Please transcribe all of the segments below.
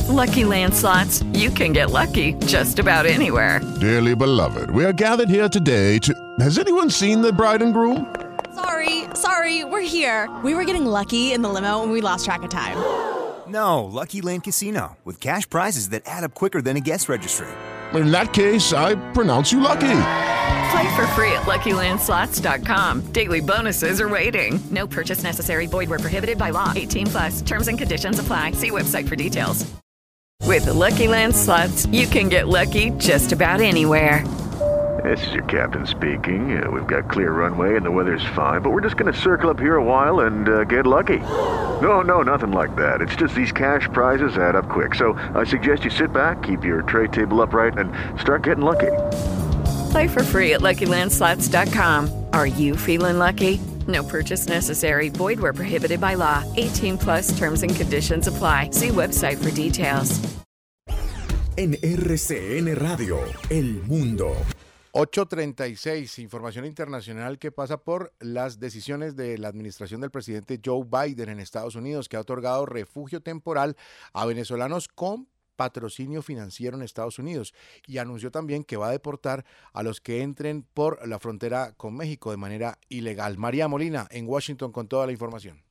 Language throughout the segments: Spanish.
Lucky Land Slots, you can get lucky just about anywhere. Dearly beloved, we are gathered here today to... Has anyone seen the bride and groom? Sorry, we're here. We were getting lucky in the limo and we lost track of time. No, Lucky Land Casino, with cash prizes that add up quicker than a guest registry. In that case, I pronounce you lucky. Play for free at LuckyLandSlots.com. Daily bonuses are waiting. No purchase necessary. Void where prohibited by law. 18+. Terms and conditions apply. See website for details. With the Lucky Land Slots, you can get lucky just about anywhere. This is your captain speaking. We've got clear runway and the weather's fine, but we're just going to circle up here a while and get lucky. No, nothing like that. It's just these cash prizes add up quick. So I suggest you sit back, keep your tray table upright, and start getting lucky. Play for free at LuckyLandSlots.com. Are you feeling lucky? No purchase necessary. Void where prohibited by law. 18+ terms and conditions apply. See website for details. En RCN Radio, El Mundo. 8:36, información internacional que pasa por las decisiones de la administración del presidente Joe Biden en Estados Unidos, que ha otorgado refugio temporal a venezolanos con patrocinio financiero en Estados Unidos, y anunció también que va a deportar a los que entren por la frontera con México de manera ilegal. María Molina en Washington con toda la información.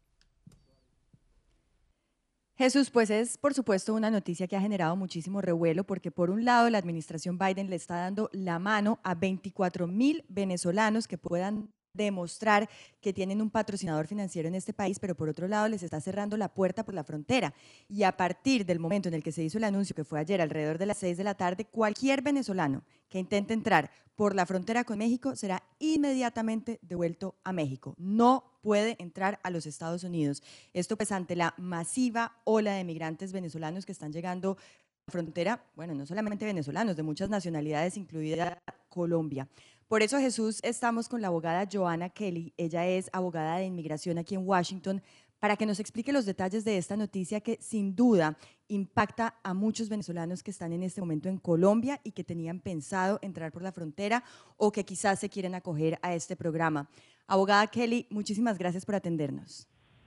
Jesús, pues es por supuesto una noticia que ha generado muchísimo revuelo porque por un lado la administración Biden le está dando la mano a 24,000 venezolanos que puedan demostrar que tienen un patrocinador financiero en este país, pero por otro lado les está cerrando la puerta por la frontera. Y a partir del momento en el que se hizo el anuncio, que fue ayer alrededor de las 6 de la tarde, cualquier venezolano que intente entrar por la frontera con México será inmediatamente devuelto a México. No puede entrar a los Estados Unidos. Esto pues ante la masiva ola de migrantes venezolanos que están llegando a la frontera, bueno, no solamente venezolanos, de muchas nacionalidades, incluida Colombia. Por eso, Jesús, estamos con la abogada Joanna Kelly. Ella es abogada de inmigración aquí en Washington, para que nos explique los detalles de esta noticia que sin duda impacta a muchos venezolanos que están en este momento en Colombia y que tenían pensado entrar por la frontera o que quizás se quieren acoger a este programa. Abogada Kelly, muchísimas gracias por atendernos.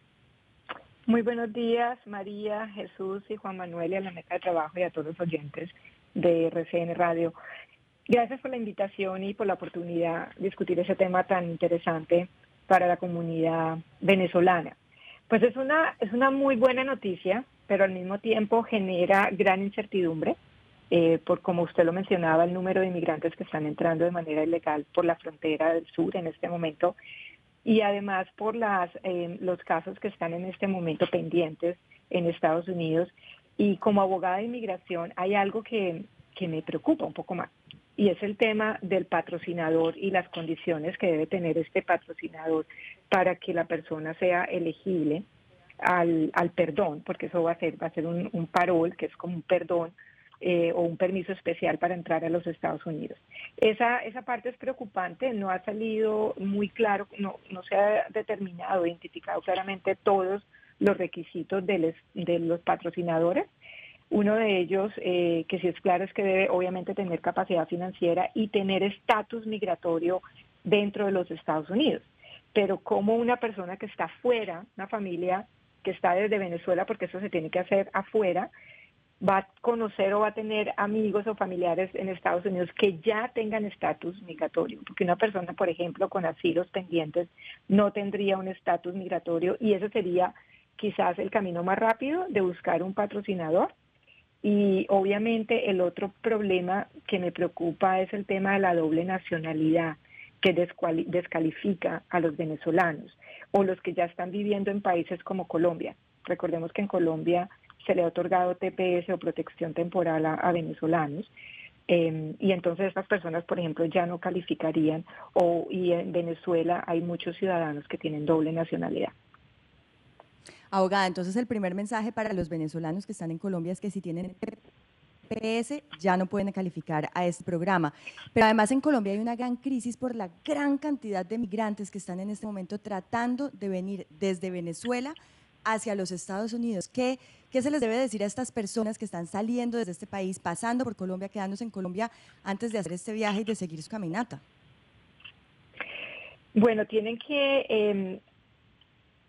Muy buenos días, María, Jesús y Juan Manuel, y a la mesa de trabajo y a todos los oyentes de RCN Radio. Gracias por la invitación y por la oportunidad de discutir ese tema tan interesante para la comunidad venezolana. Pues es una muy buena noticia, pero al mismo tiempo genera gran incertidumbre, por como usted lo mencionaba, el número de inmigrantes que están entrando de manera ilegal por la frontera del sur en este momento, y además por los casos que están en este momento pendientes en Estados Unidos. Y como abogada de inmigración hay algo que me preocupa un poco más, y es el tema del patrocinador y las condiciones que debe tener este patrocinador para que la persona sea elegible al perdón, porque eso va a ser un parol, que es como un perdón o un permiso especial para entrar a los Estados Unidos. Esa parte es preocupante, no ha salido muy claro, no se ha determinado, identificado claramente todos los requisitos de los patrocinadores. Uno de ellos, que sí es claro, es que debe obviamente tener capacidad financiera y tener estatus migratorio dentro de los Estados Unidos. Pero como una persona que está afuera, una familia que está desde Venezuela, porque eso se tiene que hacer afuera, va a conocer o va a tener amigos o familiares en Estados Unidos que ya tengan estatus migratorio, porque una persona, por ejemplo, con asilos pendientes no tendría un estatus migratorio, y ese sería quizás el camino más rápido de buscar un patrocinador. Y obviamente el otro problema que me preocupa es el tema de la doble nacionalidad, que descalifica a los venezolanos o los que ya están viviendo en países como Colombia. Recordemos que en Colombia se le ha otorgado TPS o protección temporal a venezolanos, y entonces estas personas, por ejemplo, ya no calificarían, y en Venezuela hay muchos ciudadanos que tienen doble nacionalidad. Abogada, entonces el primer mensaje para los venezolanos que están en Colombia es que si tienen TPS ya no pueden calificar a este programa. Pero además en Colombia hay una gran crisis por la gran cantidad de migrantes que están en este momento tratando de venir desde Venezuela hacia los Estados Unidos. ¿Qué se les debe decir a estas personas que están saliendo desde este país, pasando por Colombia, quedándose en Colombia antes de hacer este viaje y de seguir su caminata? Bueno, tienen que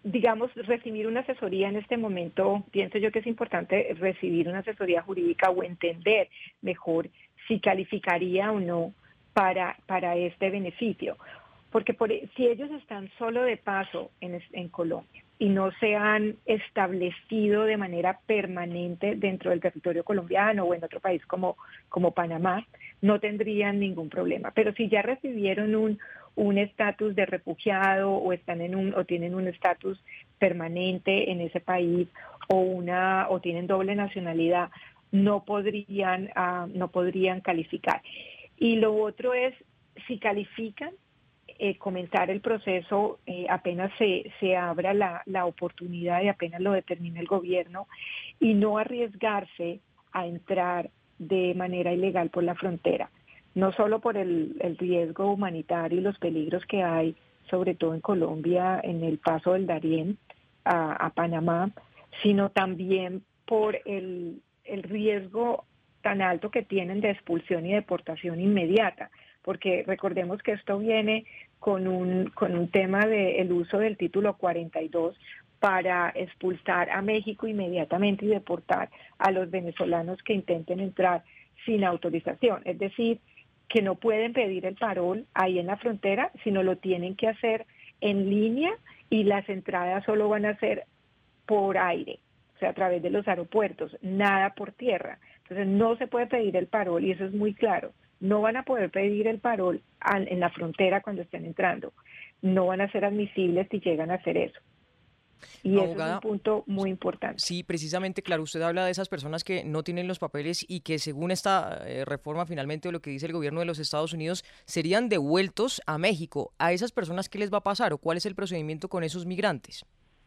digamos, recibir una asesoría en este momento, pienso yo que es importante recibir una asesoría jurídica o entender mejor si calificaría o no para este beneficio. Porque si ellos están solo de paso en Colombia y no se han establecido de manera permanente dentro del territorio colombiano o en otro país como Panamá, no tendrían ningún problema. Pero si ya recibieron un estatus de refugiado o tienen un estatus permanente en ese país o tienen doble nacionalidad, no podrían calificar. Y lo otro es, si califican, comenzar el proceso apenas se abra la oportunidad y apenas lo determine el gobierno, y no arriesgarse a entrar de manera ilegal por la frontera, no solo por el riesgo humanitario y los peligros que hay, sobre todo en Colombia, en el paso del Darién a Panamá, sino también por el riesgo tan alto que tienen de expulsión y deportación inmediata, porque recordemos que esto viene con un tema del uso del título 42 para expulsar a México inmediatamente y deportar a los venezolanos que intenten entrar sin autorización. Es decir, que no pueden pedir el parol ahí en la frontera, sino lo tienen que hacer en línea, y las entradas solo van a ser por aire, o sea, a través de los aeropuertos, nada por tierra. Entonces no se puede pedir el parol, y eso es muy claro. No van a poder pedir el parol en la frontera cuando estén entrando. No van a ser admisibles si llegan a hacer eso. Y Abogada, eso es un punto muy importante. Sí, precisamente, claro, usted habla de esas personas que no tienen los papeles y que según esta reforma finalmente, o lo que dice el gobierno de los Estados Unidos, serían devueltos a México. ¿A esas personas qué les va a pasar o cuál es el procedimiento con esos migrantes?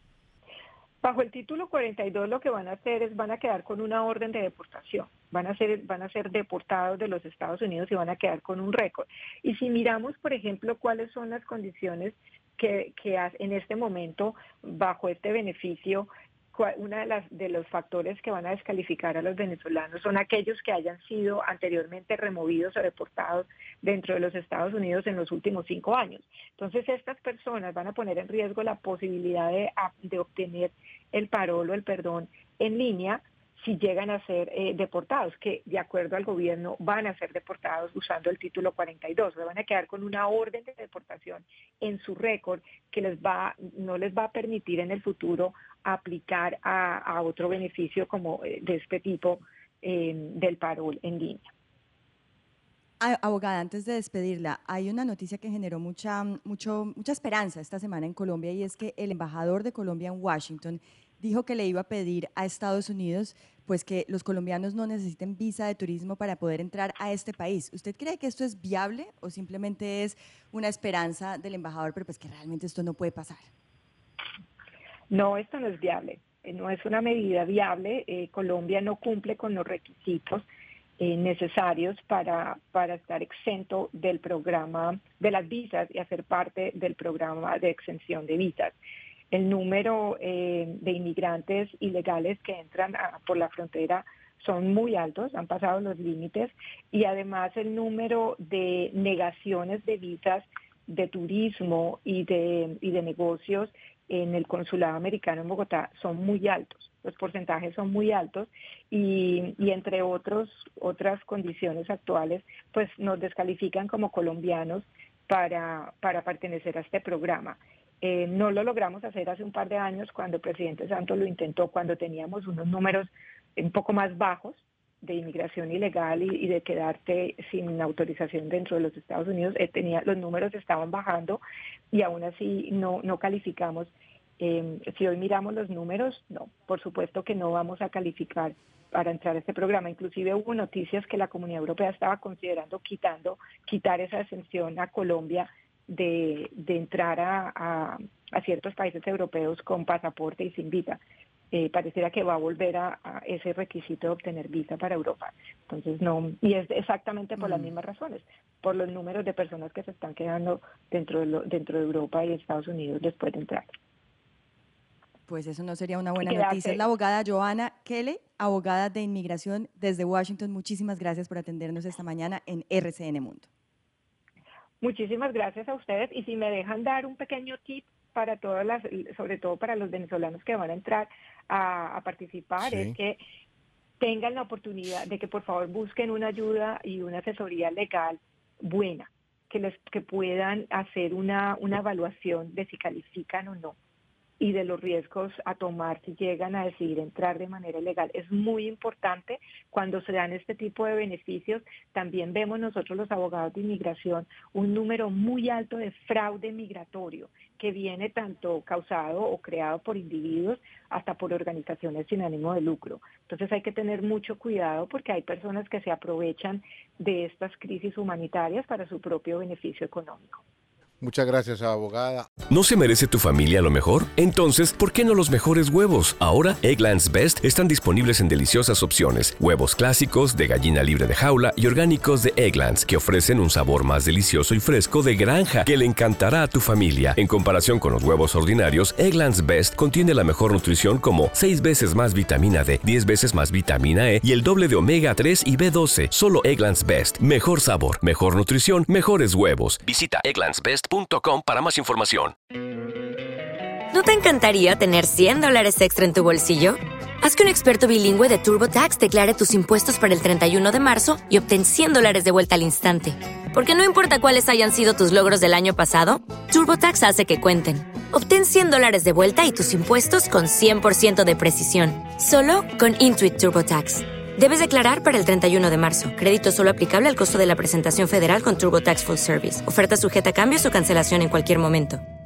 Bajo el título 42 lo que van a hacer es van a quedar con una orden de deportación, van a ser deportados de los Estados Unidos y van a quedar con un récord. Y si miramos, por ejemplo, cuáles son las condiciones que en este momento bajo este beneficio, una de los factores que van a descalificar a los venezolanos son aquellos que hayan sido anteriormente removidos o deportados dentro de los Estados Unidos en los últimos 5 años. Entonces estas personas van a poner en riesgo la posibilidad de obtener el parol o el perdón en línea si llegan a ser deportados, que de acuerdo al gobierno van a ser deportados usando el título 42, van a quedar con una orden de deportación en su récord que no les va a permitir en el futuro aplicar a otro beneficio como de este tipo del parol en línea. Abogada, antes de despedirla, hay una noticia que generó mucha esperanza esta semana en Colombia, y es que el embajador de Colombia en Washington dijo que le iba a pedir a Estados Unidos pues que los colombianos no necesiten visa de turismo para poder entrar a este país. ¿Usted cree que esto es viable o simplemente es una esperanza del embajador, pero pues que realmente esto no puede pasar? No, esto no es viable, no es una medida viable. Colombia no cumple con los requisitos necesarios para estar exento del programa de las visas y hacer parte del programa de exención de visas. El número de inmigrantes ilegales que entran por la frontera son muy altos, han pasado los límites, y además el número de negaciones de visas de turismo y de negocios en el consulado americano en Bogotá son muy altos. Los porcentajes son muy altos y entre otras condiciones actuales, pues nos descalifican como colombianos para pertenecer a este programa. No lo logramos hacer hace un par de años cuando el presidente Santos lo intentó, cuando teníamos unos números un poco más bajos de inmigración ilegal y de quedarte sin autorización dentro de los Estados Unidos. Los números estaban bajando y aún así no calificamos. Si hoy miramos los números, no, por supuesto que no vamos a calificar para entrar a este programa. Inclusive hubo noticias que la Comunidad Europea estaba considerando quitar esa exención a Colombia de entrar a ciertos países europeos con pasaporte y sin visa. Pareciera que va a volver a ese requisito de obtener visa para Europa. Entonces no, y es exactamente por las mismas razones, por los números de personas que se están quedando dentro de Europa y Estados Unidos después de entrar. Pues eso no sería una buena noticia. Es la abogada Johanna Kelly, abogada de inmigración desde Washington. Muchísimas gracias por atendernos esta mañana en RCN Mundo. Muchísimas gracias a ustedes, y si me dejan dar un pequeño tip para todas las, sobre todo para los venezolanos que van a entrar a participar, es que tengan la oportunidad de que por favor busquen una ayuda y una asesoría legal buena, que puedan hacer una evaluación de si califican o no y de los riesgos a tomar si llegan a decidir entrar de manera ilegal. Es muy importante cuando se dan este tipo de beneficios. También vemos nosotros los abogados de inmigración un número muy alto de fraude migratorio que viene tanto causado o creado por individuos hasta por organizaciones sin ánimo de lucro. Entonces hay que tener mucho cuidado porque hay personas que se aprovechan de estas crisis humanitarias para su propio beneficio económico. Muchas gracias, abogada. ¿No se merece tu familia lo mejor? Entonces, ¿por qué no los mejores huevos? Ahora, Eggland's Best están disponibles en deliciosas opciones. Huevos clásicos, de gallina libre de jaula y orgánicos de Eggland's, que ofrecen un sabor más delicioso y fresco de granja que le encantará a tu familia. En comparación con los huevos ordinarios, Eggland's Best contiene la mejor nutrición como 6 veces más vitamina D, 10 veces más vitamina E y el doble de omega 3 y B12. Solo Eggland's Best. Mejor sabor, mejor nutrición, mejores huevos. Visita egglandsbest.com para más información. ¿No te encantaría tener $100 extra en tu bolsillo? Haz que un experto bilingüe de TurboTax declare tus impuestos para el 31 de marzo y obtén $100 de vuelta al instante. Porque no importa cuáles hayan sido tus logros del año pasado, TurboTax hace que cuenten. Obtén $100 de vuelta y tus impuestos con 100% de precisión. Solo con Intuit TurboTax. Debes declarar para el 31 de marzo. Crédito solo aplicable al costo de la presentación federal con TurboTax Full Service. Oferta sujeta a cambios o cancelación en cualquier momento.